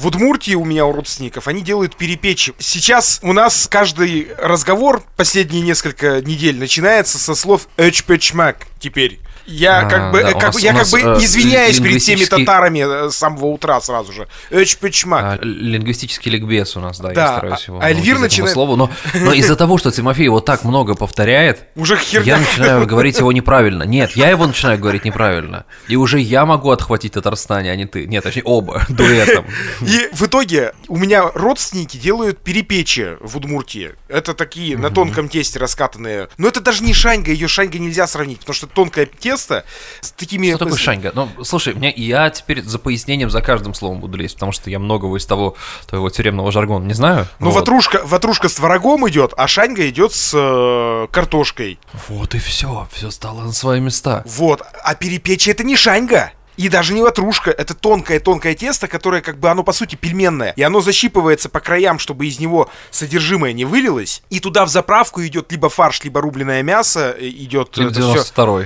Удмуртии у меня у родственников, они делают перепечи. Сейчас у нас каждый разговор последние несколько недель начинается со слов «эчпечмак» теперь. Я как бы извиняюсь перед теми татарами с самого утра сразу же. Эчпечмак. Лингвистический ликбез у нас, да, я стараюсь его Эльвир начинает... слову, но из-за того, что Тимофей его так много повторяет, уже я начинаю говорить его неправильно. Нет, я его начинаю говорить неправильно. И уже я могу отхватить Татарстане, а не ты. Нет, точнее, оба дуэтом. И в итоге у меня родственники делают перепечи в Удмуртии. Это такие на тонком тесте раскатанные. Но это даже не шаньга, ее шаньга нельзя сравнить, потому что тонкое тесто с такими... Что такое шаньга? Ну, слушай, я теперь за пояснением за каждым словом буду лезть, потому что я многого из твоего тюремного жаргона не знаю. Ну, вот. ватрушка с творогом идет, а шаньга идет с картошкой. Вот и все стало на свои места. Вот, а перепечи это не шаньга. И даже не ватрушка, это тонкое тесто, которое как бы оно по сути пельменное. И оно защипывается по краям, чтобы из него содержимое не вылилось. И туда в заправку идет либо фарш, либо рубленое мясо. Идет 92-й.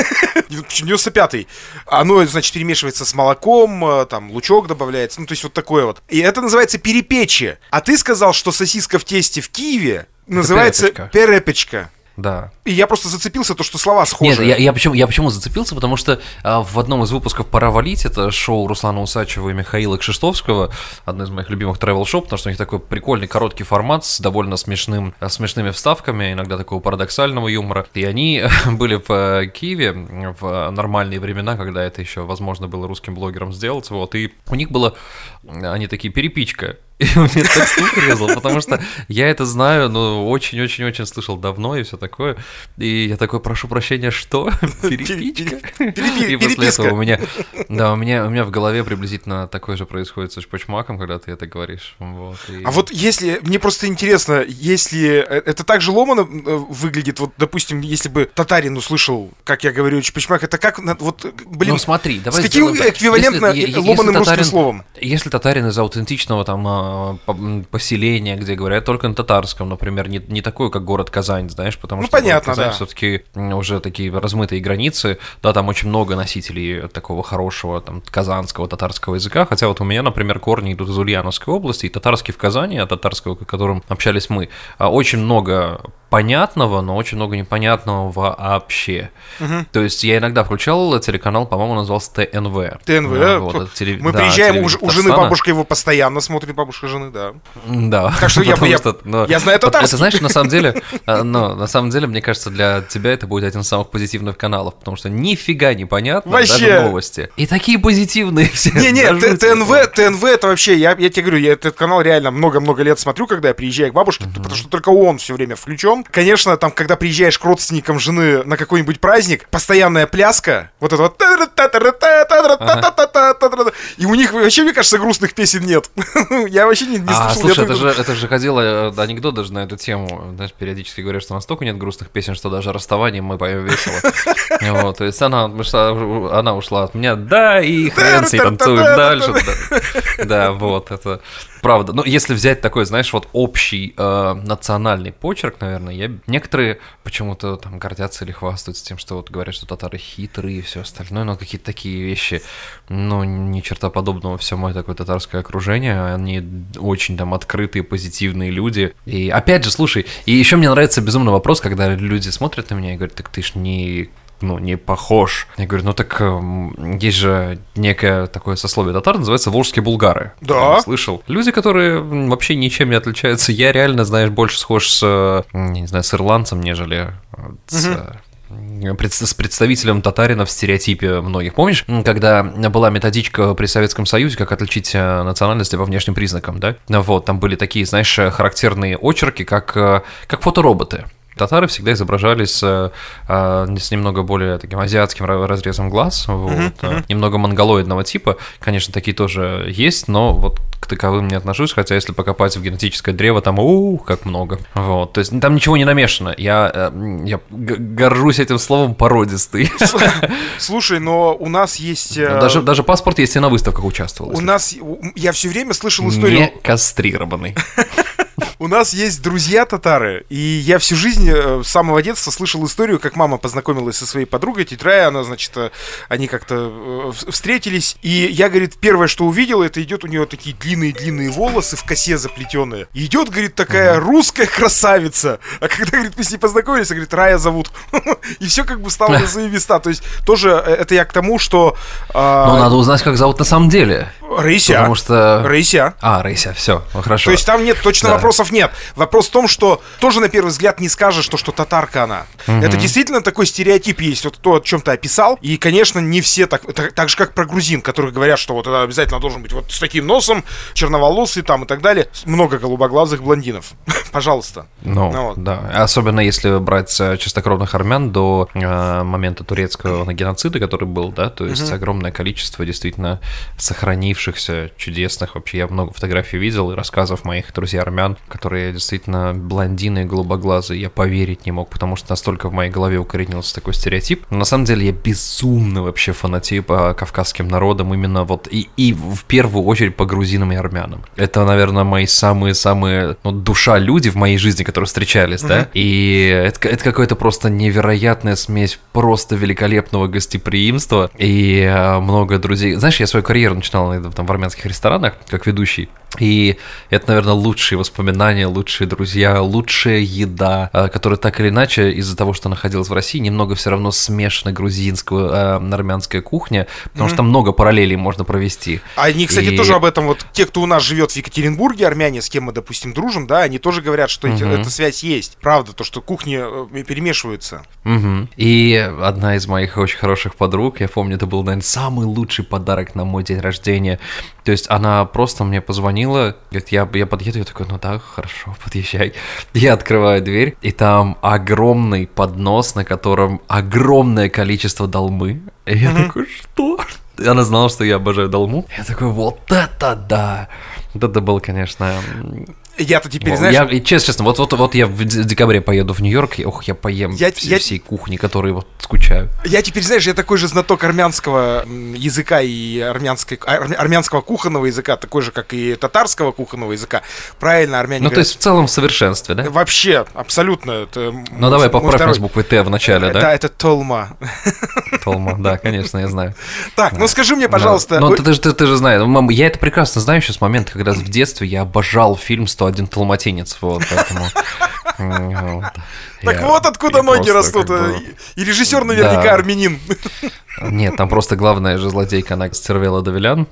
95-й. Оно, значит, перемешивается с молоком, там лучок добавляется. Ну, то есть вот такое вот. И это называется перепечи. А ты сказал, что сосиска в тесте в Киеве называется перепечка. Да. И я просто зацепился, то, что слова схожи. Нет, я почему зацепился? Потому что в одном из выпусков «Пора валить», это шоу Руслана Усачева и Михаила Кшиштовского, одно из моих любимых travel-шоу, потому что у них такой прикольный короткий формат с довольно смешными вставками, иногда такого парадоксального юмора. И они были в Киеве в нормальные времена, когда это еще возможно было русским блогерам сделать. Вот, и у них было, они такие, перепичка. И мне так слух резал, потому что я это знаю, но очень-очень-очень слышал давно и все такое. И я такой, прошу прощения, что? Перепичка? И после этого у меня в голове приблизительно такое же происходит с эчпочмаком, когда ты это говоришь. Вот, и... А вот если, мне просто интересно, если это так же ломано выглядит, вот, допустим, если бы татарин услышал, как я говорю эчпочмак, это как, вот, блин, ну, смотри, давай с каким эквивалентно ломаным русским словом? Если татарин из аутентичного там поселения, где говорят только на татарском, например, не такое, как город Казань, знаешь, потому что понятно, Казань да. все-таки уже такие размытые границы, да, там очень много носителей такого хорошего там казанского татарского языка, хотя вот у меня, например, корни идут из Ульяновской области, и татарский в Казани, а татарского, с которым общались мы, очень много понятного, но очень много непонятного вообще. Угу. То есть я иногда включал телеканал, по-моему, назывался ТНВ. ТНВ, вот, мы приезжаем, у жены бабушка его постоянно смотрит, бабушка жены, да. Да. Так что я знаю татарский. Это, знаешь, на самом деле, мне кажется, для тебя это будет один из самых позитивных каналов, потому что нифига не понятно, даже новости. И такие позитивные все. Не, ТНВ это вообще, я тебе говорю, я этот канал реально много-много лет смотрю, когда я приезжаю к бабушке, потому что только он все время включен. Конечно, там, когда приезжаешь к родственникам жены на какой-нибудь праздник, постоянная пляска, вот это вот, и у них вообще, мне кажется, грустных песен нет. Я вообще не слышал. Слушай, это же ходил анекдот даже на эту тему. Знаешь, периодически говорят, что настолько нет грустных песен, что даже расставание мы поем весело. Вот, то есть она ушла от меня, да, и хрен с ней, танцуем дальше. Да, вот, это правда. Ну, если взять такой, знаешь, вот общий национальный почерк, наверное, некоторые почему-то там гордятся или хвастаются тем, что вот говорят, что татары хитрые и все остальное, но какие-то такие вещи, ну, ни черта подобного, все мое такое татарское окружение, они очень там открытые, позитивные люди. И опять же, слушай, и еще мне нравится безумный вопрос, когда люди смотрят на меня и говорят, так ты ж не похож. Я говорю, ну так есть же некое такое сословие татар, называется волжские булгары. Да. Я слышал. Люди, которые вообще ничем не отличаются. Я реально, знаешь, больше схож с, не знаю, с ирландцем, нежели с представителем татарина в стереотипе многих. Помнишь, когда была методичка при Советском Союзе, как отличить национальности по внешним признакам, да? Вот, там были такие, знаешь, характерные очерки, как фотороботы. Татары всегда изображались с немного более таким азиатским разрезом глаз, вот, немного монголоидного типа. Конечно, такие тоже есть, но вот к таковым не отношусь, хотя если покопать в генетическое древо, там, как много. Вот, то есть там ничего не намешано. Я горжусь этим словом породистый. Слушай, но у нас есть... Даже паспорт есть, и на выставках участвовал. У нас... Я все время слышал историю... Не кастрированный. У нас есть друзья татары, и я всю жизнь с самого детства слышал историю, как мама познакомилась со своей подругой, тетя Рая, она, значит, они как-то встретились, и я, говорит, первое, что увидел, это идет у нее такие длинные-длинные волосы в косе заплетенные. И идет, говорит, такая русская красавица. А когда, говорит, мы с ней познакомились, говорит, Рая зовут. И все как бы стало на свои места. То есть тоже это я к тому, что... Ну, надо узнать, как зовут на самом деле. Раися. Потому что... Раися. Раися, все, хорошо. То есть там нет, точно вопросов нет. Вопрос в том, что тоже на первый взгляд не скажешь, что татарка она. Это действительно такой стереотип есть, вот то, о чем ты описал. И, конечно, не все так же, как про грузин, которые говорят, что вот это обязательно должен быть вот с таким носом, черноволосый там и так далее. Много голубоглазых блондинов. Пожалуйста. Ну, да. Особенно если брать чистокровных армян до момента турецкого геноцида, который был, да, то есть огромное количество действительно сохранившихся, чудесных, вообще я много фотографий видел и рассказов моих друзей армян, которые действительно блондины и голубоглазые, я поверить не мог, потому что настолько в моей голове укоренился такой стереотип. Но на самом деле я безумно вообще фанатею по кавказским народам, именно вот и в первую очередь по грузинам и армянам. Это, наверное, мои самые-самые душа люди в моей жизни, которые встречались, да, и это какая-то просто невероятная смесь просто великолепного гостеприимства и много друзей. Знаешь, я свою карьеру начинал иногда там в армянских ресторанах как ведущий. И это, наверное, лучшие воспоминания, лучшие друзья, лучшая еда, которая так или иначе из-за того, что находилась в России, немного все равно смешана грузинская, армянская кухня, потому что там много параллелей можно провести. Они, кстати, тоже об этом, вот те, кто у нас живет в Екатеринбурге, армяне, с кем мы, допустим, дружим, да, они тоже говорят, что эта связь есть. Правда, то, что кухни перемешиваются. И одна из моих очень хороших подруг, я помню, это был, наверное, самый лучший подарок на мой день рождения. То есть она просто мне позвонила, говорит, я подъеду, я такой, ну да, хорошо, подъезжай. Я открываю дверь, и там огромный поднос, на котором огромное количество долмы. И я такой, что? И она знала, что я обожаю долму. Я такой, вот это да! Вот это был, конечно... Я-то теперь, знаешь... Честно, вот я в декабре поеду в Нью-Йорк, я поем всей кухни, которые вот скучаю. Я теперь, знаешь, я такой же знаток армянского языка и армянского кухонного языка, такой же, как и татарского кухонного языка. Правильно, армяне говорят. То есть в целом в совершенстве, да? Вообще, абсолютно. Это давай поправь нас буквой Т в начале, да? Да, это толма. Толма, да, конечно, я знаю. Так, скажи мне, пожалуйста... Ну, ты же знаешь, я это прекрасно знаю еще с момента, когда в детстве я обожал фильм «101 далматинец», вот, поэтому... Так вот откуда ноги растут. И режиссер наверняка армянин. Нет, там просто главная же злодейка, она Стервела Давилян.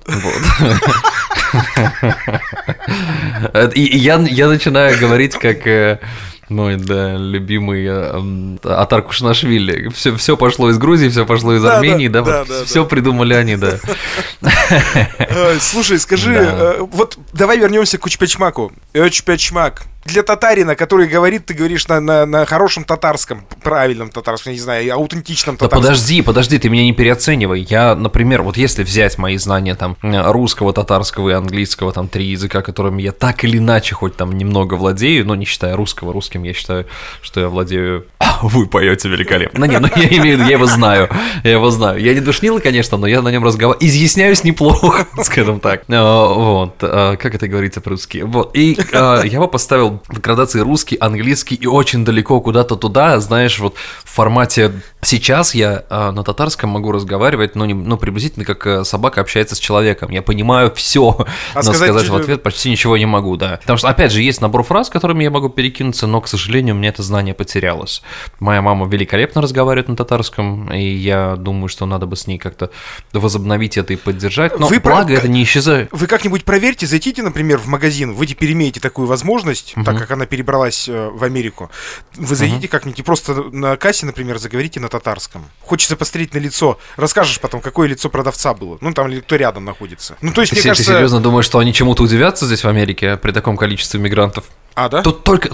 И я начинаю говорить как... Мой, да, любимый Атар Кушанашвили. Все пошло из Грузии, все пошло из Армении, да, все придумали они, да. Слушай, скажи, вот давай вернемся к Учпечмаку. Учпечмак. Для татарина, который говорит, ты говоришь на хорошем татарском, правильном татарском, я не знаю, аутентичном татарском. Да подожди, ты меня не переоценивай. Я, например, вот если взять мои знания там русского, татарского и английского, там 3 языка, которыми я так или иначе хоть там немного владею, но не считая русского, русским я считаю, что я владею... Вы поете великолепно. Я имею в виду, я его знаю. Я не душнило, конечно, но я на нем разговариваю. Изъясняюсь неплохо, скажем так. Вот. Как это говорится по-русски? Вот. И я его поставил в градации русский, английский и очень далеко куда-то туда, знаешь, вот в формате сейчас я на татарском могу разговаривать, но приблизительно как собака общается с человеком. Я понимаю все, но сказать в ответ почти ничего не могу, да. Потому что, опять же, есть набор фраз, которыми я могу перекинуться, но, к сожалению, у меня это знание потерялось. Моя мама великолепно разговаривает на татарском, и я думаю, что надо бы с ней как-то возобновить это и поддержать, но благо это не исчезает. Вы как-нибудь проверьте, зайдите, например, в магазин, вы теперь имеете такую возможность, так как она перебралась в Америку, вы зайдите как-нибудь и просто на кассе, например, заговорите на татарском. Хочется посмотреть на лицо, расскажешь потом, какое лицо продавца было, ну там или кто рядом находится. Ну то есть, мне кажется... Ты серьезно думаешь, что они чему-то удивятся здесь в Америке при таком количестве мигрантов? А, да? Тут только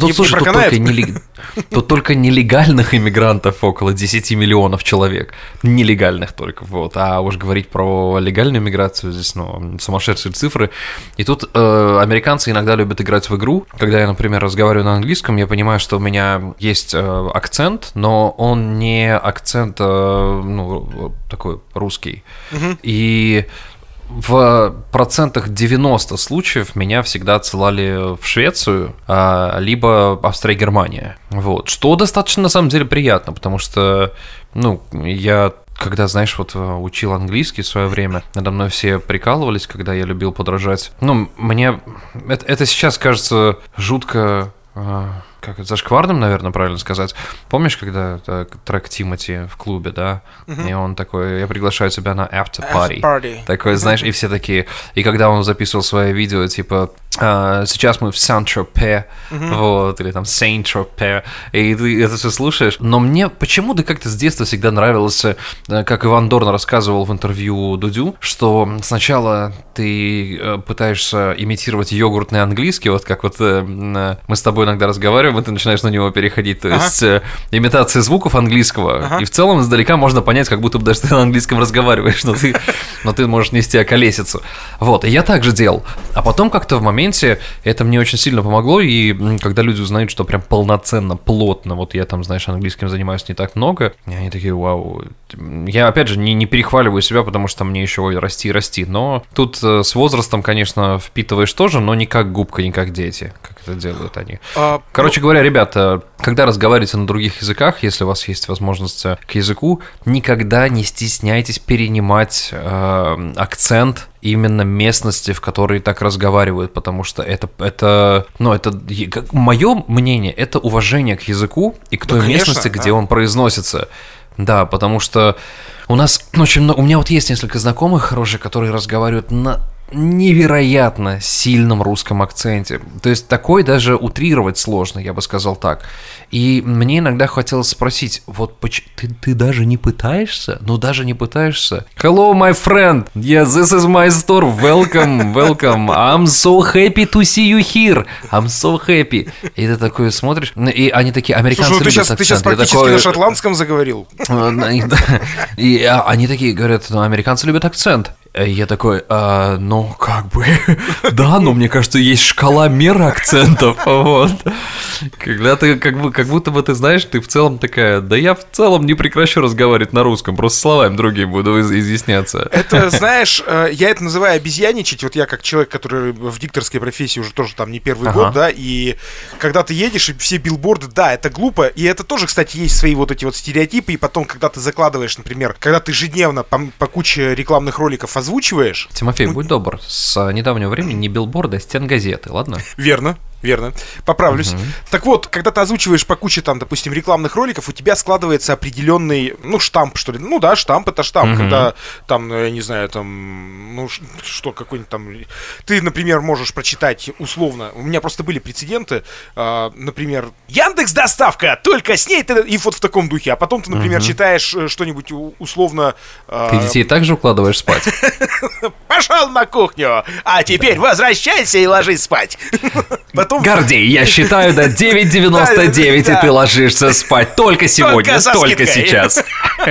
нелегальных иммигрантов около 10 миллионов человек. Нелегальных только, вот. А уж говорить про легальную миграцию здесь, сумасшедшие цифры. И тут американцы иногда любят играть в игру. Когда я, например, разговариваю на английском, я понимаю, что у меня есть акцент, но он не акцент, такой русский. И... в процентах 90 случаев меня всегда отсылали в Швецию, либо Австрия и Германия. Вот. Что достаточно, на самом деле, приятно, потому что, я... Когда, знаешь, вот учил английский в свое время, надо мной все прикалывались, когда я любил подражать. Мне это сейчас кажется жутко... Как это, зашкварным, наверное, правильно сказать. Помнишь, когда трек Тимати в клубе, да? И он такой, я приглашаю тебя на after party. Такой, знаешь, и все такие. И когда он записывал свое видео, типа, сейчас мы в Saint-Tropez, вот, или там Saint-Tropez, и ты это все слушаешь. Но мне почему-то как-то с детства всегда нравилось, как Иван Дорн рассказывал в интервью Дудю, что сначала ты пытаешься имитировать йогуртный английский, вот как вот мы с тобой иногда разговариваем, и ты начинаешь на него переходить, то есть имитация звуков английского, и в целом издалека можно понять, как будто бы даже ты на английском разговариваешь, но ты можешь нести околесицу. Вот, и я так же делал. А потом как-то в моменте это мне очень сильно помогло, и когда люди узнают, что прям полноценно, плотно, вот я там, знаешь, английским занимаюсь не так много, и они такие, вау. Я, опять же, не перехваливаю себя, потому что мне еще расти и расти, но тут с возрастом, конечно, впитываешь тоже, но не как губка, не как дети, как это делают они. Короче говоря, ребята, когда разговариваете на других языках, если у вас есть возможность к языку, никогда не стесняйтесь перенимать акцент именно местности, в которой так разговаривают, потому что это мое мнение, это уважение к языку и к той местности, где он произносится. Да, потому что у нас очень много... У меня вот есть несколько знакомых хороших, которые разговаривают на невероятно сильном русском акценте. То есть такой даже утрировать сложно, я бы сказал так. И мне иногда хотелось спросить, вот ты даже не пытаешься? Ну даже не пытаешься? Hello, my friend. Yeah, this is my store. Welcome. I'm so happy to see you here. I'm so happy. И ты такой смотришь, и они такие, американцы любят акцент. Ты сейчас практически на шотландском заговорил. И они такие говорят, американцы любят акцент. Я такой, да, но мне кажется, есть шкала мер акцентов, вот. Когда ты, как будто бы ты знаешь, ты в целом такая, да я в целом не прекращу разговаривать на русском, просто словами другим буду изъясняться. Это, знаешь, я это называю обезьяничать, вот я как человек, который в дикторской профессии уже тоже там не первый год, да, и когда ты едешь, и все билборды, да, это глупо, и это тоже, кстати, есть свои вот эти вот стереотипы, и потом, когда ты закладываешь, например, когда ты ежедневно по куче рекламных роликов озвучиваешь... Тимофей, будь добр, с недавнего времени не билборды, а стенгазеты, ладно? Верно. Поправлюсь. Так вот, когда ты озвучиваешь по куче, там, допустим, рекламных роликов, у тебя складывается определенный, штамп, что ли. Ну да, штамп это штамп, когда там, я не знаю, там, какой-нибудь там... Ты, например, можешь прочитать условно, у меня просто были прецеденты, например, Яндекс.Доставка, только с ней, и вот в таком духе, а потом ты, например, читаешь что-нибудь условно... Ты детей также укладываешь спать? Пошел на кухню, а теперь возвращайся и ложись спать. Потом... Гордей, я считаю до 9:99, и ты ложишься спать только сегодня, только сейчас.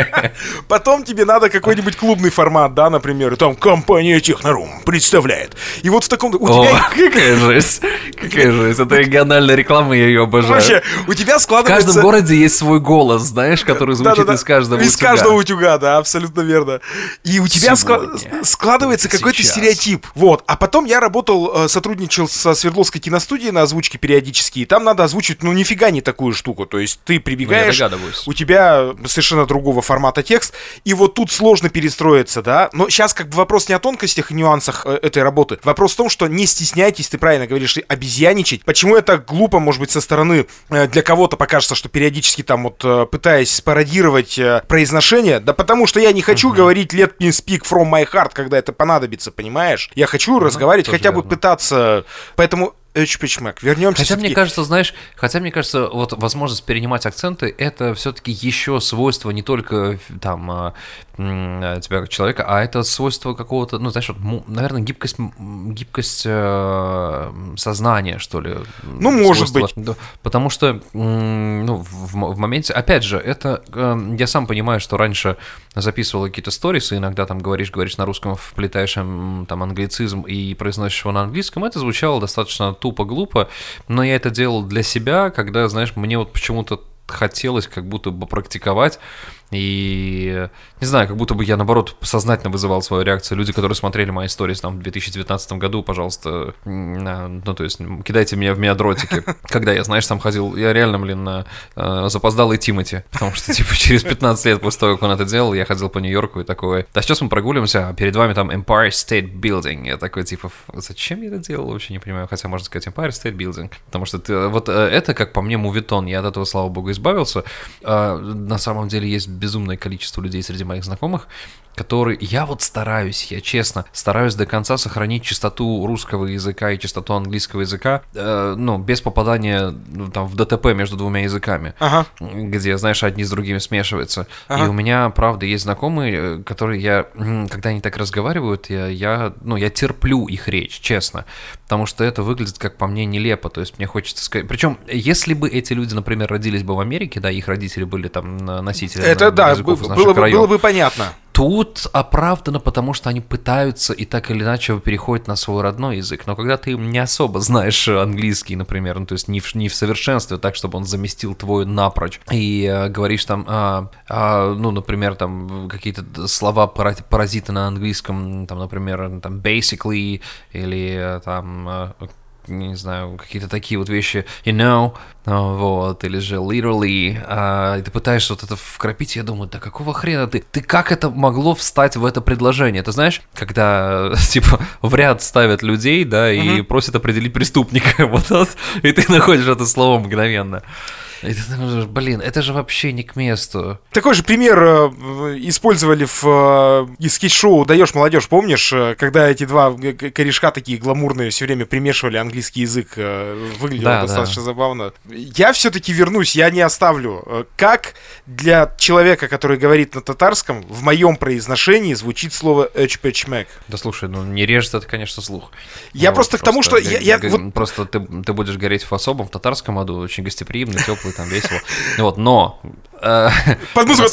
Потом тебе надо какой-нибудь клубный формат, да, например, там компания Технорум представляет. И вот в таком... Какая жесть, это региональная реклама, я ее обожаю. Вообще, у тебя складывается... В каждом городе есть свой голос, знаешь, который звучит из каждого утюга. Из каждого утюга, да, абсолютно верно. И у тебя складывается какой-то стереотип. Вот, а потом я сотрудничал со Свердловской киностудией на озвучке периодически, и там надо озвучивать, нифига не такую штуку. То есть ты прибегаешь, у тебя совершенно другого формата текст, и вот тут сложно перестроиться, да. Но сейчас как бы вопрос не о тонкостях и нюансах этой работы. Вопрос в том, что не стесняйтесь, ты правильно говоришь, обезьяничать. Почему это глупо, может быть, со стороны для кого-то покажется, что периодически там вот пытаясь спародировать произношение, да потому что я не хочу говорить let me speak from my heart, когда это понадобится, понимаешь? Я хочу разговаривать, хотя бы пытаться, поэтому... Вернемся. Хотя мне кажется, вот возможность перенимать акценты — это все-таки еще свойство не только там тебя как человека, а это свойство какого-то, наверное, гибкость сознания, что ли. Может быть. Потому что в моменте, опять же, это я сам понимаю, что раньше записывал какие-то сторисы, иногда там говоришь на русском, вплетаешь там англицизм и произносишь его на английском, это звучало достаточно тупо-глупо, но я это делал для себя, когда, знаешь, мне вот почему-то хотелось как будто бы практиковать И, не знаю, как будто бы я, наоборот, сознательно вызывал свою реакцию. Люди, которые смотрели мои сторис там в 2019 году, пожалуйста, ну, то есть, кидайте меня в миадротики. Когда я, знаешь, там ходил, я реально, блин, запоздалый Тимати, потому что, типа, через 15 лет после того, как он это делал, я ходил по Нью-Йорку и такой, да сейчас мы прогуливаемся, а перед вами там Empire State Building. Я такой, типа, зачем я это делал, вообще не понимаю, хотя можно сказать Empire State Building, потому что вот это, как по мне, мувитон, я от этого, слава богу, избавился. На самом деле есть безумное количество людей среди моих знакомых, которые... Я вот стараюсь, я честно стараюсь до конца сохранить чистоту русского языка и чистоту английского языка, ну, без попадания там в ДТП между двумя языками, где, знаешь, одни с другими смешиваются. И у меня, правда, есть знакомые, которые когда они так разговаривают, я терплю их речь, честно, потому что это выглядит, как по мне, нелепо, то есть мне хочется сказать... Причем, если бы эти люди, например, родились бы в Америке, да, их родители были там носителями языков из наших краев, было бы понятно. Тут оправдано, потому что они пытаются и так или иначе переходят на свой родной язык. Но когда ты не особо знаешь английский, например, ну, то есть не в совершенстве, так, чтобы он заместил твой напрочь, и говоришь там, ну, например, там какие-то слова паразиты на английском, там, например, там basically, или там... не знаю, какие-то такие вот вещи, you know, вот, или же literally, и ты пытаешься вот это вкрапить, я думаю, да какого хрена ты как это могло встать в это предложение? Ты знаешь, когда, типа, в ряд ставят людей, да, и просят определить преступника, вот, и ты находишь это слово мгновенно. И ты думаешь, блин, это же вообще не к месту. Такой же пример использовали из скетч-шоу «Даешь молодежь», помнишь? Когда эти два корешка такие гламурные все время примешивали английский язык, выглядело достаточно забавно. Я все-таки вернусь, я не оставлю. Как для человека, который говорит на татарском, в моем произношении звучит слово «эчпэчмэк»? Да слушай, ну не режет это, конечно, слух. Я просто к тому, что... Просто ты будешь гореть в особом, в татарском аду, очень гостеприимный, теплый, там весело. Вот, но... Под музыку.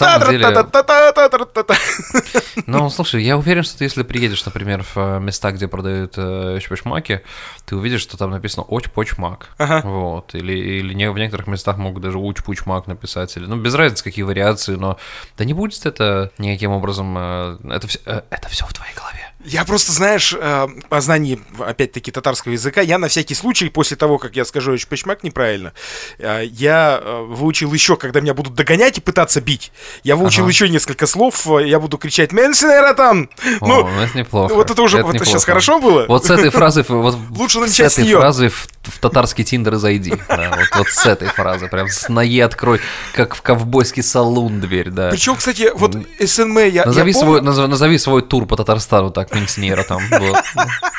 Ну, слушай, я уверен, что ты, если приедешь, например, в места, где продают эчпэчмаки, ты увидишь, что там написано «очпочмак». Вот. Или в некоторых местах могут даже «учпучмак» написать. Ну, без разницы, какие вариации, но... Да не будет это никаким образом... Это все в твоей голове. Я просто, знаешь, о знании, опять-таки, татарского языка, я на всякий случай, после того, как я скажу «эчпэчмак» неправильно, я выучил еще, когда меня будут догонять и пытаться бить, я выучил еще несколько слов, я буду кричать «Менсинэратан!» Ну, это неплохо. Вот это уже это вот сейчас хорошо было? Вот с этой фразы, лучше начать с нее. Фразы в татарский Тиндер и зайди. Да, вот с этой фразы, прям с ноги открой, как в ковбойский салун дверь, да. Причем, кстати, вот СНМ я назови свой тур по Татарстану так, Минснера там, вот.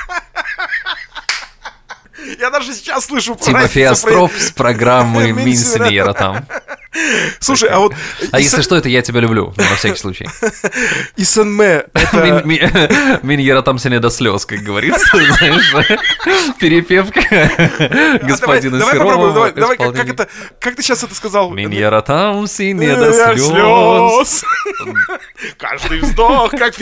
Я даже сейчас слышу... Тимофей Остров с программы Минснера там. Слушай, а вот... А если что, это «Я тебя люблю», на всякий случай. ИСНМ это... Миньера там сильнее до слез, как говорится, знаешь, перепевка господина Серова. Давай, как ты сейчас это сказал? Миньера там сильнее до слез. Каждый вздох, как...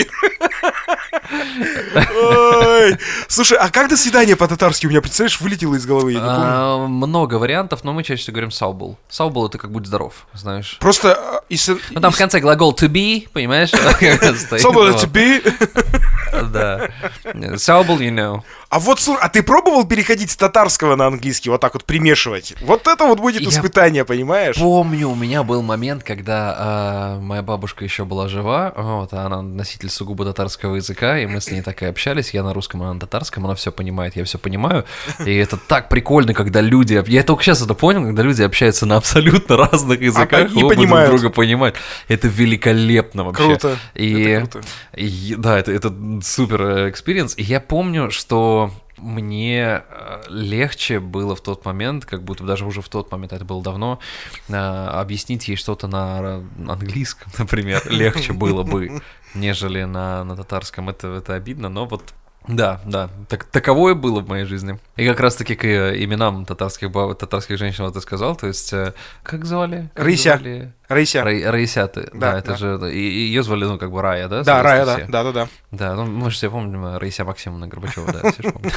Слушай, а как «до свидания» по-татарски у меня, представляешь, вылетело из головы, я не помню. Много вариантов, но мы чаще всего говорим «саубул». «Саубул» — это как «будь здоров», знаешь. Просто... Ну там в конце глагол «to be», понимаешь? «Саубул» — «to be». Да. «Саубул», you know. А вот, слушай, а ты пробовал переходить с татарского на английский, вот так вот примешивать? Вот это вот будет испытание, понимаешь? Помню, у меня был момент, когда моя бабушка еще была жива, вот, она носитель сугубо татарского языка, и мы с ней так и общались, я на русском, она на татарском, она все понимает, я все понимаю, и это так прикольно, когда люди, я только сейчас это понял, когда люди общаются на абсолютно разных языках, и понимают. Друг друга понимают, это великолепно вообще. Круто, это круто. Да, это супер экспириенс, и я помню, что мне легче было в тот момент, как будто даже уже в тот момент, это было давно, объяснить ей что-то на английском, например, легче было бы, нежели на татарском. Это обидно, но вот да, таковое было в моей жизни. И как раз-таки к именам татарских женщин, вот ты сказал, то есть, как звали? Рыся. Раися. Раися ты. Да, это же... Ее звали, ну, как бы Рая, да? Да, Рая, да. Да, ну, мы же все помним Раися Максимовна Горбачева, да, все же помнят.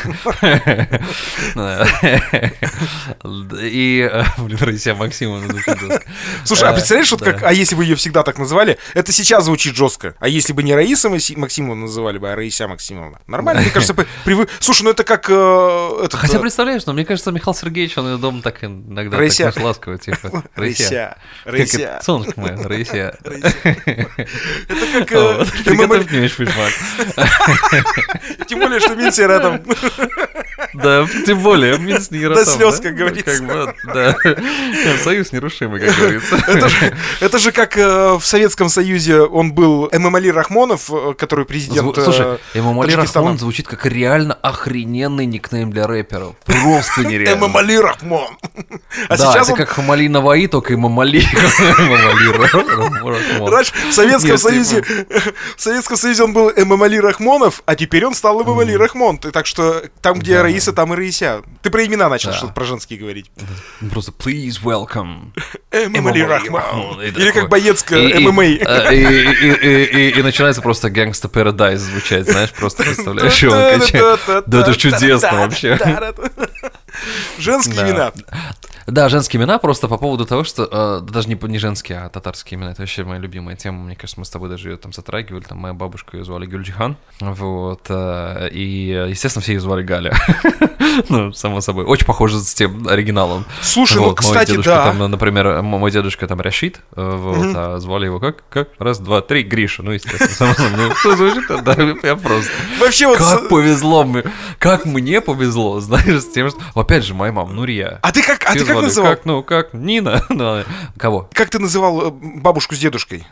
И, блин, Раися Максимовна. Слушай, а представляешь, вот как, а если бы ее всегда так называли, это сейчас звучит жестко. А если бы не Раиса Максимовна называли бы, а Раися Максимовна. Нормально, мне кажется, привык. Слушай, ну это как... Хотя, представляешь, но мне кажется, Михаил Сергеевич, он ее дома так иногда так ласково, типа. Раися. Солнышко мое, Раися. Это как... Приготовь мне фишмак. Тем более, что Минц рядом. Да, тем более, Минц не рядом. До слез, как говорится. Да, союз нерушимый, как говорится. Это же как в Советском Союзе он был Эмомали Рахмонов, который президент Слушай, Эмомали Рахмон звучит как реально охрененный никнейм для рэперов. Просто нереально. Эмомали Рахмон. Да, это как Хамали Наваи, только Эмомали Рахмон. Раньше в Советском Союзе он был Эмомали Рахмонов, а теперь он стал Эмомали Рахмон. Так что там, где Раиса, там и Раися. Ты про имена начал что-то про женские говорить. Просто please welcome Эмомали Рахмон. Или как боецкая ММА. И начинается просто Gangsta Paradise звучать, знаешь, просто представляешь, его качает. Да это чудесно вообще. Женские имена. Да, женские имена просто по поводу того, что даже не женские, а татарские имена. Это вообще моя любимая тема. Мне кажется, мы с тобой даже ее там затрагивали. Там моя бабушка ее звали Гюльджихан. Вот. И, естественно, все ее звали Галя. Ну, само собой. Очень похоже с тем оригиналом. Слушай, ну, кстати, да. Там, например, мой дедушка там Рашид, вот, а звали его как? Раз, два, три, Гриша. Ну, естественно, само собой. Ну, что звучит? Да, я просто... Вообще вот... Как повезло мне. Как мне повезло, знаешь, с тем, что... Опять же, моя мама, Нурия. А ты как называл? Как Нина. Кого? Как ты называл бабушку с дедушкой?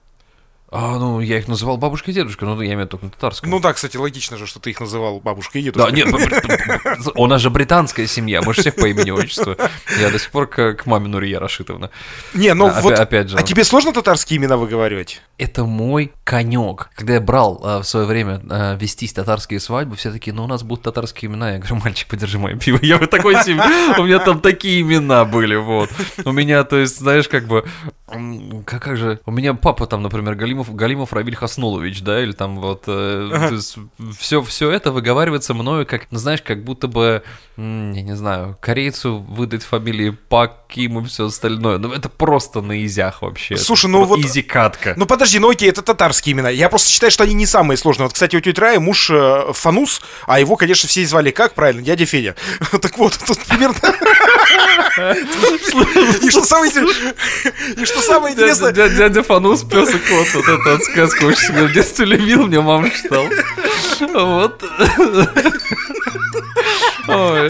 Ну, я их называл бабушкой и дедушкой, но я имею только на татарском. Ну да, кстати, логично же, что ты их называл бабушкой и дедушкой. Да, нет, у нас же британская семья, мы же всех по имени-отчеству. Я до сих пор к маме Нурия Рашитовна. Не, ну вот, опять же. А тебе сложно татарские имена выговаривать? Это мой конек. Когда я брал в свое время вестись татарские свадьбы, все такие, ну у нас будут татарские имена. Я говорю, мальчик, подержи мое пиво. Я в такой семье, у меня там такие имена были, вот. У меня, то есть, знаешь, как бы, как же, у меня папа там, например, Галимов Равиль Хаснулович, да, или там вот, то есть все это выговаривается мною как, ну, знаешь, как будто бы, я не знаю, корейцу выдать фамилии Пак, Ким и все остальное, ну это просто на изях вообще. Слушай, ну вот... Изи-катка. Ну подожди, ну окей, это татарские имена, я просто считаю, что они не самые сложные. Вот, кстати, у тети Раи муж Фанус, а его, конечно, все звали как, правильно, дядя Федя. Так вот, тут примерно... И что самое интересное... Дядя Фанус, пес и кот, вот эту вот сказку очень сильно в детстве любил, мне мама читал. Вот. Ой.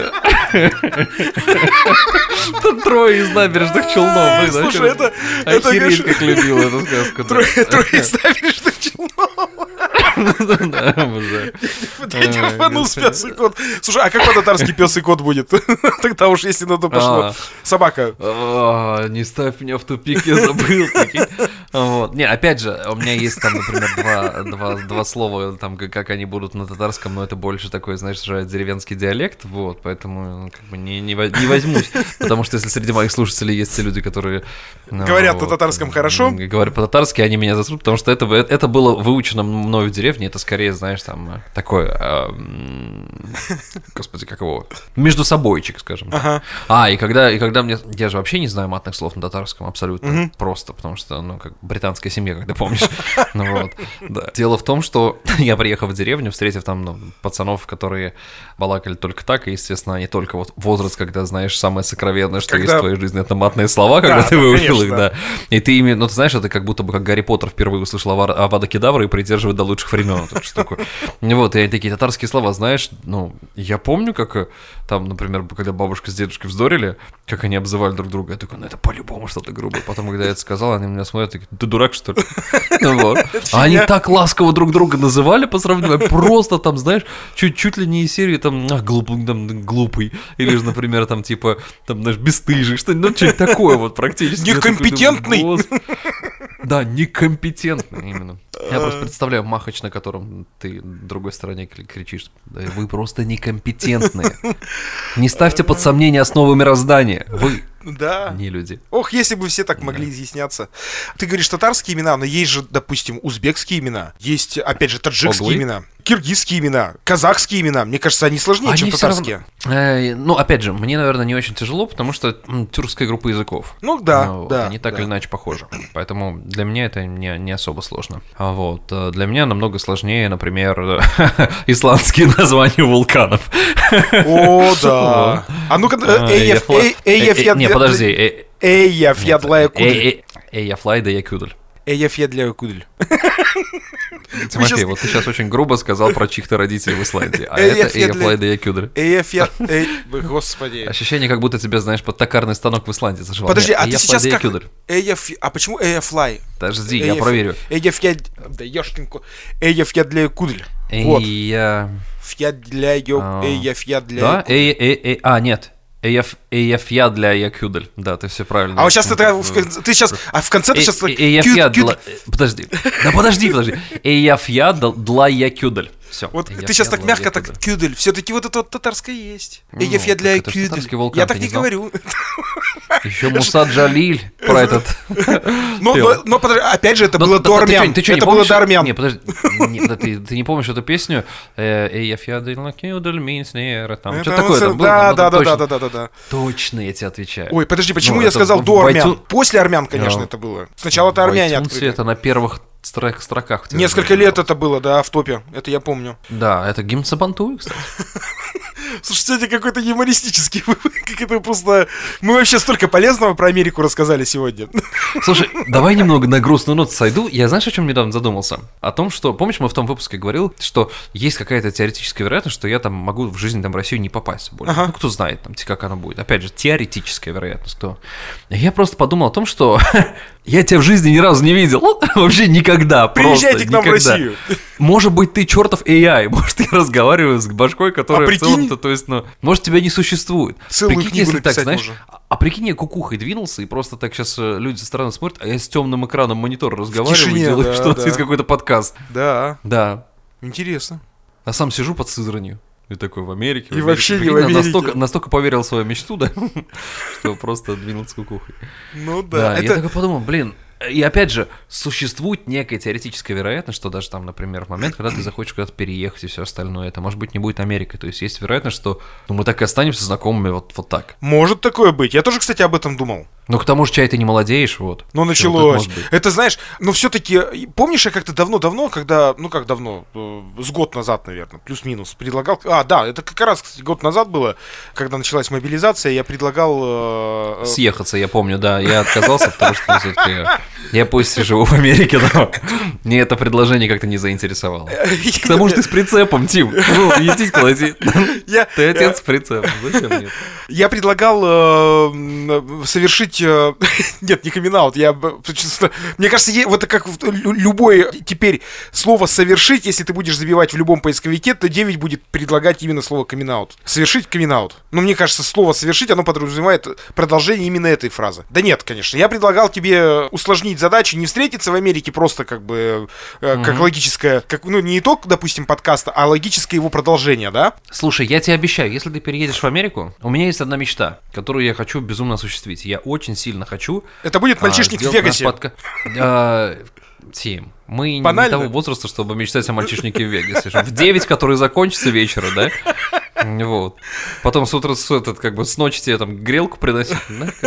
Тут трое из набережных Челнов. Слушай, это... Охереть, как любил эту сказку. Трое из набережных Челнов. Да, обожаю. Дядя Фанус, пес и кот. Слушай, а какой татарский пес и кот будет? Тогда уж, если на то пошло. Собака. Не ставь меня в тупик, я забыл. Вот. Не, опять же, у меня есть там, например, два слова, там, как они будут на татарском, но это больше такой, знаешь, уже деревенский диалект, вот, поэтому как бы не возьмусь, потому что если среди моих слушателей есть те люди, которые... Говорят на татарском хорошо. Говорят по-татарски, они меня засрут, потому что это было выучено мною в деревне, это скорее, знаешь, там, такое, господи, как его, между собойчик, скажем так. И когда мне, я же вообще не знаю матных слов на татарском абсолютно, просто, потому что, ну, как британская семья, когда помнишь. Ну вот, да. Дело в том, что я приехал в деревню, встретив там пацанов, которые балакали только так, и, естественно, они только вот возраст, когда знаешь самое сокровенное, что есть в твоей жизни, это матные слова, когда ты выучил их, да. И ты ими, ну, ты знаешь, это как будто бы как Гарри Поттер впервые услышал Авада Кедавра и придерживает до лучших времен. Вот, и такие татарские слова, знаешь, ну, я помню, как там, например, когда бабушка с дедушкой вздорили, как они обзывали друг друга, я такой, ну, это по-любому что-то грубое. Потом, когда я это сказал, они меня смотрят, такие, ты дурак, что ли? Вот. А они так ласково друг друга называли по сравнению, просто там, знаешь, чуть ли не из серии там, глупый, или же, например, там, типа, там, знаешь, бесстыжий, что-нибудь, ну, что-то такое вот практически. Некомпетентный. Да, некомпетентный именно. Я просто представляю махач, на котором ты другой стороне кричишь. Да, вы просто некомпетентные. Не ставьте под сомнение основы мироздания. Вы Да. Не люди. Ох, если бы все так могли изъясняться. Ты говоришь татарские имена, но есть же, допустим, узбекские имена. Есть, опять же, таджикские имена. Киргизские имена, казахские имена. Мне кажется, они сложнее, чем татарские. Ну, опять же, мне, наверное, не очень тяжело, потому что тюркская группа языков. Ну, да, да. Они так или иначе похожи. Поэтому для меня это не особо сложно. Вот. Для меня намного сложнее, например, исландские названия вулканов. О, да. А ну-ка, не, подожди. Эйяфлайда Якудль. Эйяфьядляякудль. Тимофей, вот ты сейчас очень грубо сказал про чьих-то родителей в Исландии, а это Эйяфлайда Якудль. Господи. Ощущение, как будто тебя, знаешь, под токарный станок в Исландии заживал. Подожди, а ты сейчас как... А почему Эйяфлай? Подожди, я проверю. Эйяфьядляякудль. Вот. Эйяфьядляякудль. Да? Нет. Эйяфьядляякудль. Да, ты все правильно. А вот сейчас ты сейчас... А в конце ты сейчас... Подожди. Да подожди. Эйяфьядляякудль. Все. Вот ты сейчас так мягко, так кюдель. Все-таки вот это вот татарское есть. Эйяфьядляякудль. Я так не говорю. Еще Муса Джалиль про этот. Но подожди, опять же, это было до армян. Это было до армян. Не, подожди. Ты не помнишь эту песню? Эйяфьядляякудль минснер. Там что такое там было? Да. Точно, я тебе отвечаю. Ой, подожди, почему я сказал до армян? После армян, конечно, это было. Сначала это армяне открыли. Это на первых строках. Несколько лет это было, да, в топе. Это я помню. Да, это гимн Сабантуй, кстати. Слушайте, это какой-то юмористический. Как это просто... Мы вообще столько полезного про Америку рассказали сегодня. Слушай, давай немного на грустную ноту сойду. Я, знаешь, о чем недавно задумался? О том, что... Помнишь, мы в том выпуске говорил, что есть какая-то теоретическая вероятность, что я там могу в жизни там в Россию не попасть больше. Ну, кто знает, там, как оно будет. Опять же, теоретическая вероятность. Кто? Я просто подумал о том, что я тебя в жизни ни разу не видел. Вообще никогда. Приезжайте к нам в Россию. Может быть, ты чертов AI. Может, я разговариваю с башкой, которая в целом-то, то есть, ну, может, тебя не существует. Прикинь, если так, знаешь, а прикинь, я кукухой двинулся, и просто так сейчас люди со стороны смотрят, а я с темным экраном монитора разговариваю и делаю что-то, есть какой-то подкаст. Да. Да. Интересно. А сам сижу под Сызранью. И такой в Америке. И вообще не в Америке. Настолько поверил в свою мечту, да, что просто двинулся кукухой. Ну да. Я такой подумал, блин, и опять же, существует некая теоретическая вероятность, что даже там, например, в момент, когда ты захочешь куда-то переехать и все остальное, это, может быть, не будет Америкой. То есть есть вероятность, что мы так и останемся знакомыми вот так. Может такое быть. Я тоже, кстати, об этом думал. Ну, к тому же, чай ты не молодеешь, вот. Ну, началось. Это, знаешь, но все-таки, помнишь, я как-то давно-давно, когда, ну, как давно, с год назад, наверное, плюс-минус, предлагал... да, это как раз, кстати, год назад было, когда началась мобилизация, я предлагал... Съехаться, я помню, да, я отказался, потому что все-таки... Я пусть живу в Америке, но мне это предложение как-то не заинтересовало. К тому же ты с прицепом, Тим. Ну, едить колотить. Ты отец с прицепом. Зачем мне? Я предлагал совершить... Нет, не камин-аут. Мне кажется, вот как любое теперь слово «совершить», если ты будешь забивать в любом поисковике, то 9 будет предлагать именно слово камин-аут. Совершить камин-аут. Но мне кажется, слово «совершить», оно подразумевает продолжение именно этой фразы. Да нет, конечно. Я предлагал тебе усложнить задачу, не встретиться в Америке просто как бы как логическое, как, ну, не итог, допустим, подкаста, а логическое его продолжение, да? Слушай, я тебе обещаю, если ты переедешь в Америку, у меня есть одна мечта, которую я хочу безумно осуществить. Я очень сильно хочу... Это будет «Мальчишник в Вегасе». Тим, мы не того возраста, чтобы мечтать о «Мальчишнике в Вегасе». В 9, который закончится вечера, да? Вот. Потом с утра с ночи тебе там грелку приносить.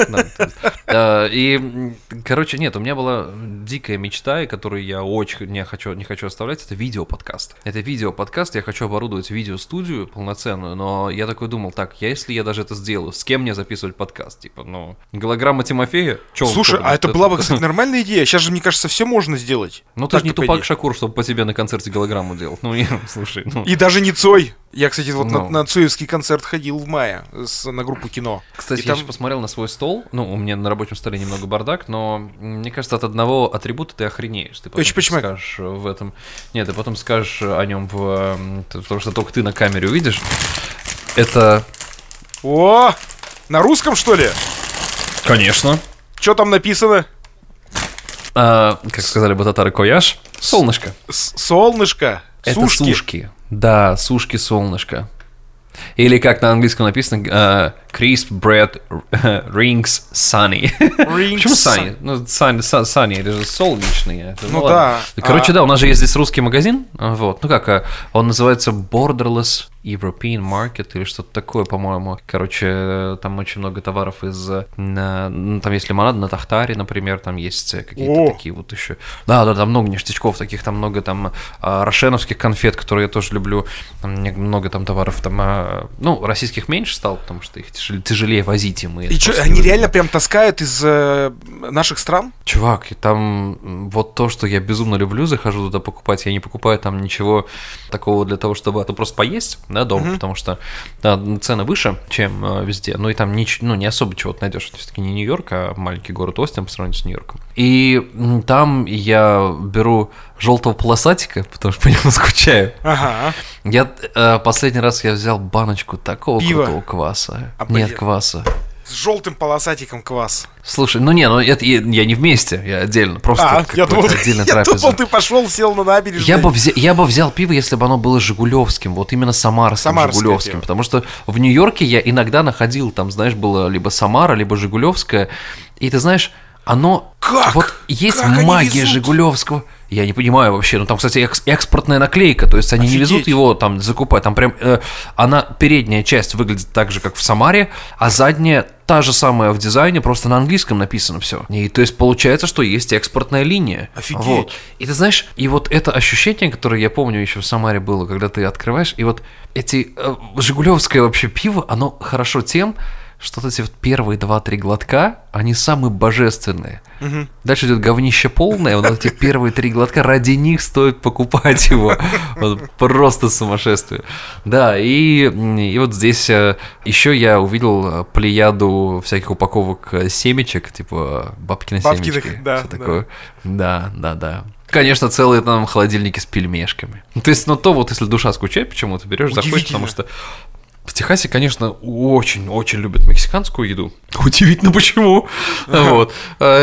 И, короче, нет, у меня была дикая мечта, и которую я очень не хочу оставлять, это видеоподкаст. Это видеоподкаст, я хочу оборудовать видеостудию полноценную, но я такой думал, если я даже это сделаю, с кем мне записывать подкаст? Типа, голограмма Тимофея? Слушай, а это была бы, кстати, нормальная идея. Сейчас же, мне кажется, все можно сделать. Ну, ты же не Тупак Шакур, чтобы по тебе на концерте голограмму делать. Слушай. И даже не Цой. Я, кстати, вот на Цоевский концерт ходил в мае на группу кино. Кстати, я сейчас посмотрел на свой стол. Ну, у меня на рабочем столе немного бардак, но мне кажется, от одного атрибута ты охренеешь. Ты потом скажешь в этом... Нет, ты потом скажешь о нем потому что только ты на камере увидишь. Это... О! На русском, что ли? Конечно. Что там написано? Как сказали бы татары, кояш. Солнышко. Солнышко? Это сушки. Да, сушки солнышко. Или как на английском написано, Crisp Bread Rings Sunny. Почему Sunny? Ну, Sunny, это же солнечные. Ну да. Короче, да, у нас же есть здесь русский магазин, вот, ну как, он называется Borderless European Market или что-то такое, по-моему. Короче, там очень много товаров из... там есть лимонад на Тахтаре, например, там есть какие-то такие вот еще... Да, там много ништячков таких, там много там рошеновских конфет, которые я тоже люблю. Там много там товаров, там... ну, российских меньше стало, потому что их тяжелее возить им. И что, они реально прям таскают из наших стран? Чувак, там вот то, что я безумно люблю, захожу туда покупать, я не покупаю там ничего такого для того, чтобы просто поесть, да, дома, потому что цены выше, чем везде, ну и там не особо чего-то найдешь, все-таки не Нью-Йорк, а маленький город Остин по сравнению с Нью-Йорком. И там я беру желтого полосатика, потому что по нему скучаю. Ага. Последний раз я взял баночку такого пива. Крутого кваса. Нет, кваса. С желтым полосатиком квас. Слушай, это я не вместе, я отдельно, просто я думал, ты пошел, сел на набережной. Я бы взял пиво, если бы оно было жигулевским, вот именно самарским жигулевским, пиво. Потому что в Нью-Йорке я иногда находил, там, знаешь, было либо Самара, либо жигулевское, и ты знаешь, оно... Как? Вот есть как магия жигулевского. Я не понимаю вообще. Ну, там, кстати, экспортная наклейка. То есть они не везут его там закупать. Там прям она, передняя часть выглядит так же, как в Самаре, а задняя та же самая в дизайне, просто на английском написано все. И то есть получается, что есть экспортная линия. Офигеть. Вот. И ты знаешь, и вот это ощущение, которое я помню еще в Самаре было, когда ты открываешь, и вот эти жигулевское вообще пиво, оно хорошо тем, что вот эти вот первые 2-3 глотка, они самые божественные. Угу. Дальше идет говнище полное, вот эти первые 3 глотка, ради них стоит покупать его. Вот просто сумасшествие. Да, и вот здесь еще я увидел плеяду всяких упаковок семечек, типа бабкины семечки. Да, такое. Да. Конечно, целые там холодильники с пельмешками. То есть, то вот, если душа скучает, почему-то берешь, заходишь, потому что в Техасе, конечно, очень-очень любят мексиканскую еду. Удивительно, почему. Вот.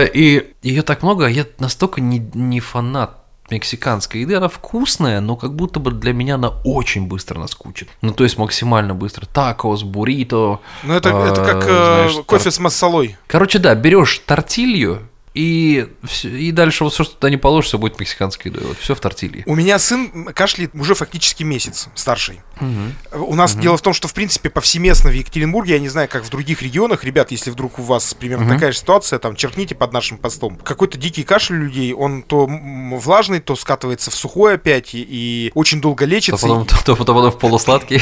И ее так много, а я настолько не фанат мексиканской еды. Она вкусная, но как будто бы для меня она очень быстро наскучит. Ну, то есть максимально быстро. Такос, буррито. Ну, это как знаешь, кофе с массолой. Короче, да, берешь тортилью, и дальше вот все, что туда не положишь, все будет мексиканской едой. Вот все в тортилье. У меня сын кашляет уже фактически месяц, старший. У нас дело в том, что, в принципе, повсеместно в Екатеринбурге, я не знаю, как в других регионах, ребят, если вдруг у вас примерно такая же ситуация, там, черкните под нашим постом. Какой-то дикий кашель у людей, он то влажный, то скатывается в сухой опять, и очень долго лечится. То потом в полусладкий.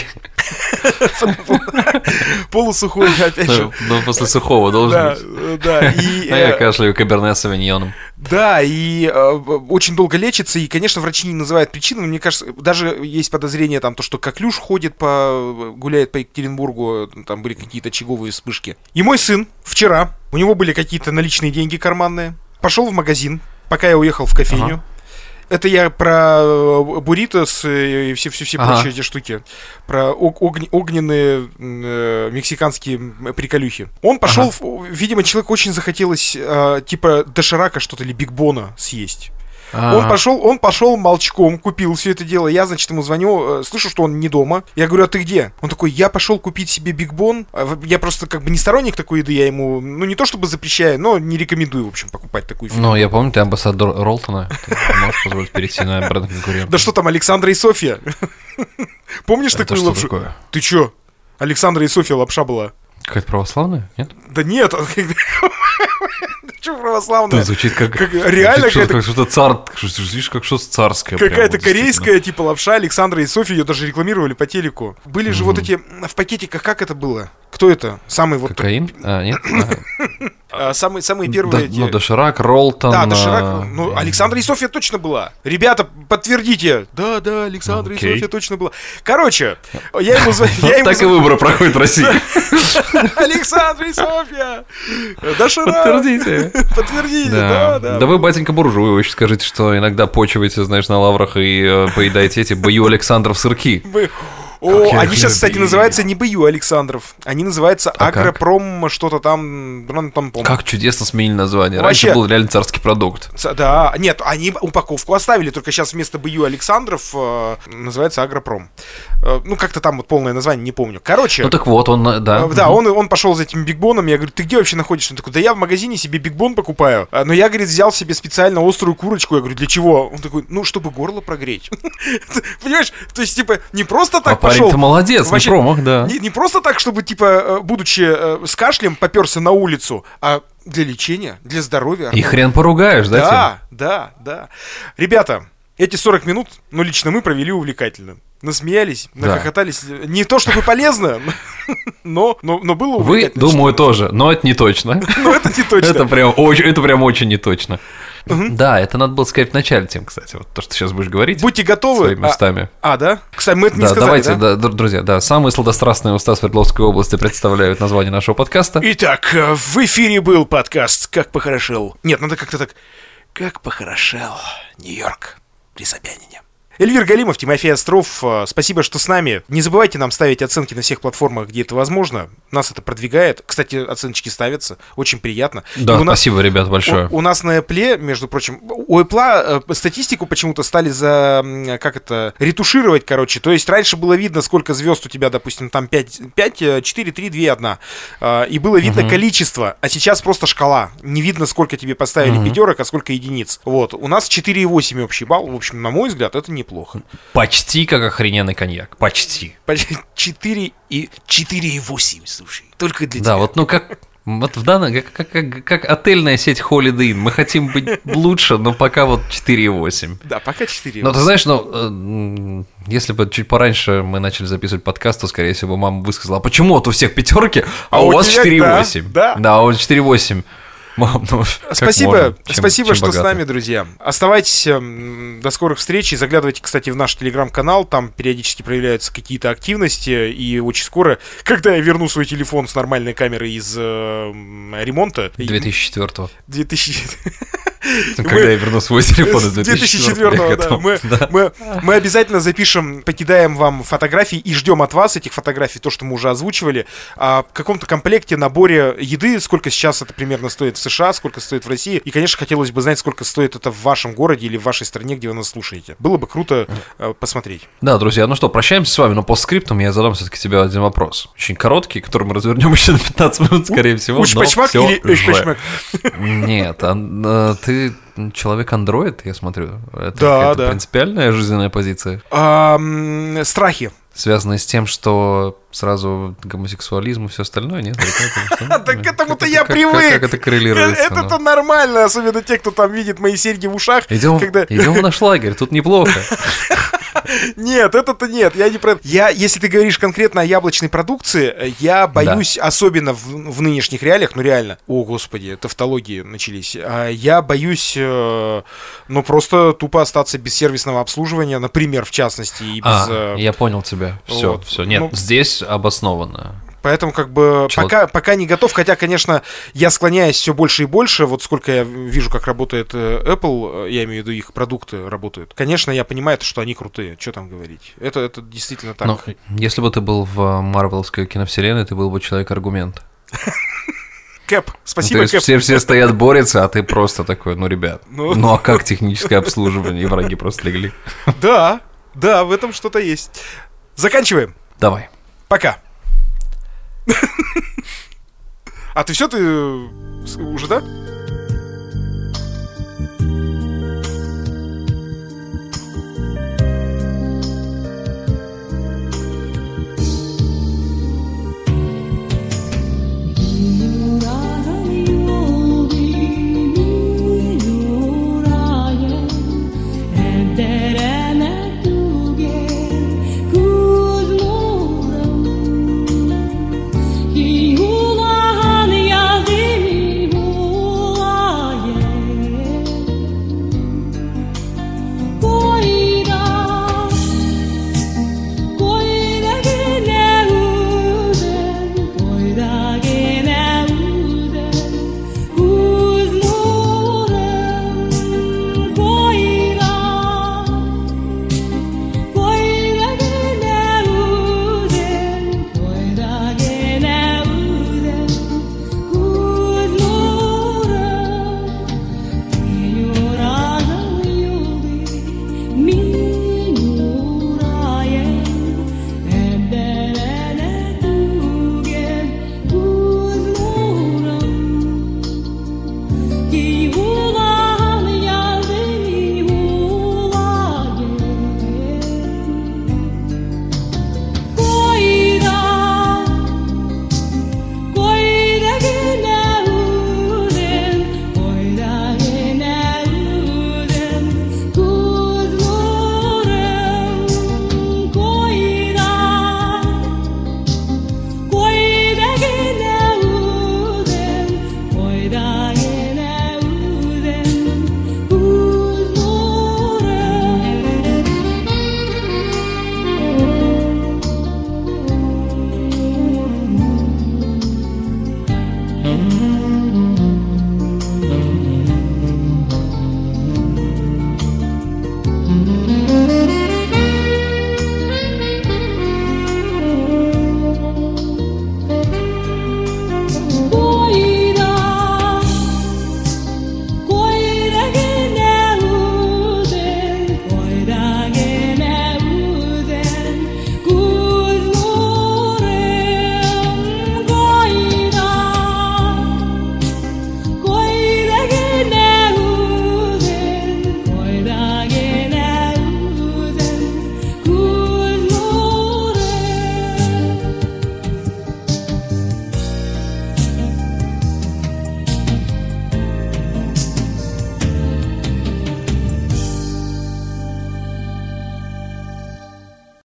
Полусухой опять же. Но после сухого должен быть. Да. А я кашляю каберне савиньоном. Да, и очень долго лечится, и, конечно, врачи не называют причину, но мне кажется, даже есть подозрение там, то, что коклюш гуляет по Екатеринбургу, там были какие-то очаговые вспышки. И мой сын вчера, у него были какие-то наличные деньги карманные, пошел в магазин, пока я уехал в кофейню. Это я про бурритос и все прочие эти штуки. Про огненные мексиканские приколюхи. Он пошел, видимо, человеку очень захотелось типа доширака что-то или бигбона съесть. Он пошел молчком, купил все это дело. Я, значит, ему звоню, слышу, что он не дома. Я говорю, а ты где? Он такой, я пошел купить себе бигбон. Я просто как бы не сторонник такой еды, я ему, не то чтобы запрещаю, но не рекомендую, в общем, покупать такую фигню. Ну, я помню, ты амбассадор Ролтона. Ты можешь позволить перейти на бренд конкурента. Да что там, Александра и Софья? Помнишь такую лапшу? Ты чё? Александра и Софья лапша была. Какая-то православная, нет? Да нет. Что православная? Это звучит как реально как что-то видишь, как что-то царское. Какая-то корейская типа лапша Александра и Софья, ее даже рекламировали по телеку. Были же вот эти в пакетиках, как это было? Кто это? Самый вот... Кокаин? Нет? Самые первые... Ну, доширак, Ролтон... Да, доширак. Ну, Александра и Софья точно была. Ребята, подтвердите. Да, Александра и Софья точно была. Короче, я ему звоню... Так и выборы проходят в России. Александра и Софья! Доширак! Подтвердите, да. Да вы, батенька буржуй, вы еще скажите, что иногда почиваете, знаешь, на лаврах и поедаете эти бою Александров сырки. Они сейчас, кстати, называются не БЮ Александров. Они называются Агропром, что-то там. Как чудесно сменили название. Раньше был реально царский продукт. Да, нет, они упаковку оставили, только сейчас вместо БЮ Александров называется Агропром. Ну, как-то там вот полное название, не помню. Короче. Ну так вот, он, да. Да, он пошел за этим бигбоном. Я говорю, ты где вообще находишься? Он такой, да я в магазине себе бигбон покупаю. Но я, говорит, взял себе специально острую курочку. Я говорю, для чего? Он такой, ну, чтобы горло прогреть. Понимаешь? То есть, типа, не просто так пошел. Парень-то молодец, не промах, да. Не просто так, чтобы, типа, будучи с кашлем, попёрся на улицу, а для лечения, для здоровья. И хрен поругаешь, да? Да. Ребята, эти 40 минут, ну, лично мы провели увлекательно. Насмеялись, нахохотались. Не то чтобы полезно, но было увлекательно. Вы, думаю, тоже, но это не точно. Но это не точно. Это прям очень не точно. Да, это надо было сказать в начале, Тим, кстати, вот то, что ты сейчас будешь говорить. Будьте готовы. Своими устами. Да? Кстати, мы это не сказали, давайте, друзья, самые сладострастные уста Свердловской области представляют название нашего подкаста. Итак, в эфире был подкаст «Как похорошел». Нет, надо как-то так. «Как похорошел Нью-Йорк при Собянине». Эльвир Галимов, Тимофей Остров, спасибо, что с нами. Не забывайте нам ставить оценки на всех платформах, где это возможно. Нас это продвигает. Кстати, оценочки ставятся. Очень приятно. Да, спасибо, ребят, большое. У нас на Apple, между прочим, у Apple статистику почему-то стали ретушировать, короче. То есть раньше было видно, сколько звезд у тебя, допустим, там 5, 4, 3, 2, 1. И было видно количество, а сейчас просто шкала. Не видно, сколько тебе поставили пятерок, а сколько единиц. Вот. У нас 4,8 общий балл. В общем, на мой взгляд, это неплохо. Почти как охрененный коньяк. Почти. 4,8, слушай. Только для тебя. Да, вот вот в данном, как отельная сеть Holiday Inn. Мы хотим быть лучше, но пока вот 4,8. Да, пока 4,8. Но ты знаешь, если бы чуть пораньше мы начали записывать подкаст, то, скорее всего, мама высказала, а почему вот у всех пятерки, а у вас 4,8? Да, у вас 4,8. Мам, спасибо, что с нами, друзья. Оставайтесь, до скорых встреч. И заглядывайте, кстати, в наш телеграм-канал. Там периодически проявляются какие-то активности. И очень скоро, когда я верну свой телефон с нормальной камерой из ремонта... 2004-го. Когда я верну свой телефон из 2004-го, да. Мы обязательно запишем, покидаем вам фотографии и ждем от вас этих фотографий, то, что мы уже озвучивали, о каком-то комплекте, наборе еды, сколько сейчас это примерно стоит в США, сколько стоит в России. И, конечно, хотелось бы знать, сколько стоит это в вашем городе или в вашей стране, где вы нас слушаете. Было бы круто посмотреть. Да, друзья, ну что, прощаемся с вами, но по скриптам я задам все-таки тебе один вопрос. Очень короткий, который мы развернем еще на 15 минут, скорее всего. Учпачмак или Учпачмак? Нет, ты человек-андроид, я смотрю. Это да. Принципиальная жизненная позиция? Страхи. Связанные с тем, что сразу гомосексуализм и все остальное, нет? Так к этому-то я привык. Как это коррелируется? Это нормально, особенно те, кто там видит мои серьги в ушах. Идем в наш лагерь, тут неплохо. Нет, это-то нет, я не про... Если ты говоришь конкретно о яблочной продукции, я боюсь, особенно в нынешних реалиях, ну реально, о господи, тавтологии начались, я боюсь, просто тупо остаться без сервисного обслуживания, например, в частности. И без... Я понял тебя, все, нет, здесь обоснованно. Поэтому пока не готов, хотя, конечно, я склоняюсь все больше и больше, вот сколько я вижу, как работает Apple, я имею в виду их продукты работают. Конечно, я понимаю, что они крутые, что там говорить. Это действительно так. Но если бы ты был в марвеловской киновселенной, ты был бы человек-аргумент. Кэп, спасибо, Кэп. Все стоят, борются, а ты просто такой, ребят, а как техническое обслуживание? И враги просто легли. Да, в этом что-то есть. Заканчиваем. Давай. Пока. А ты уже, да?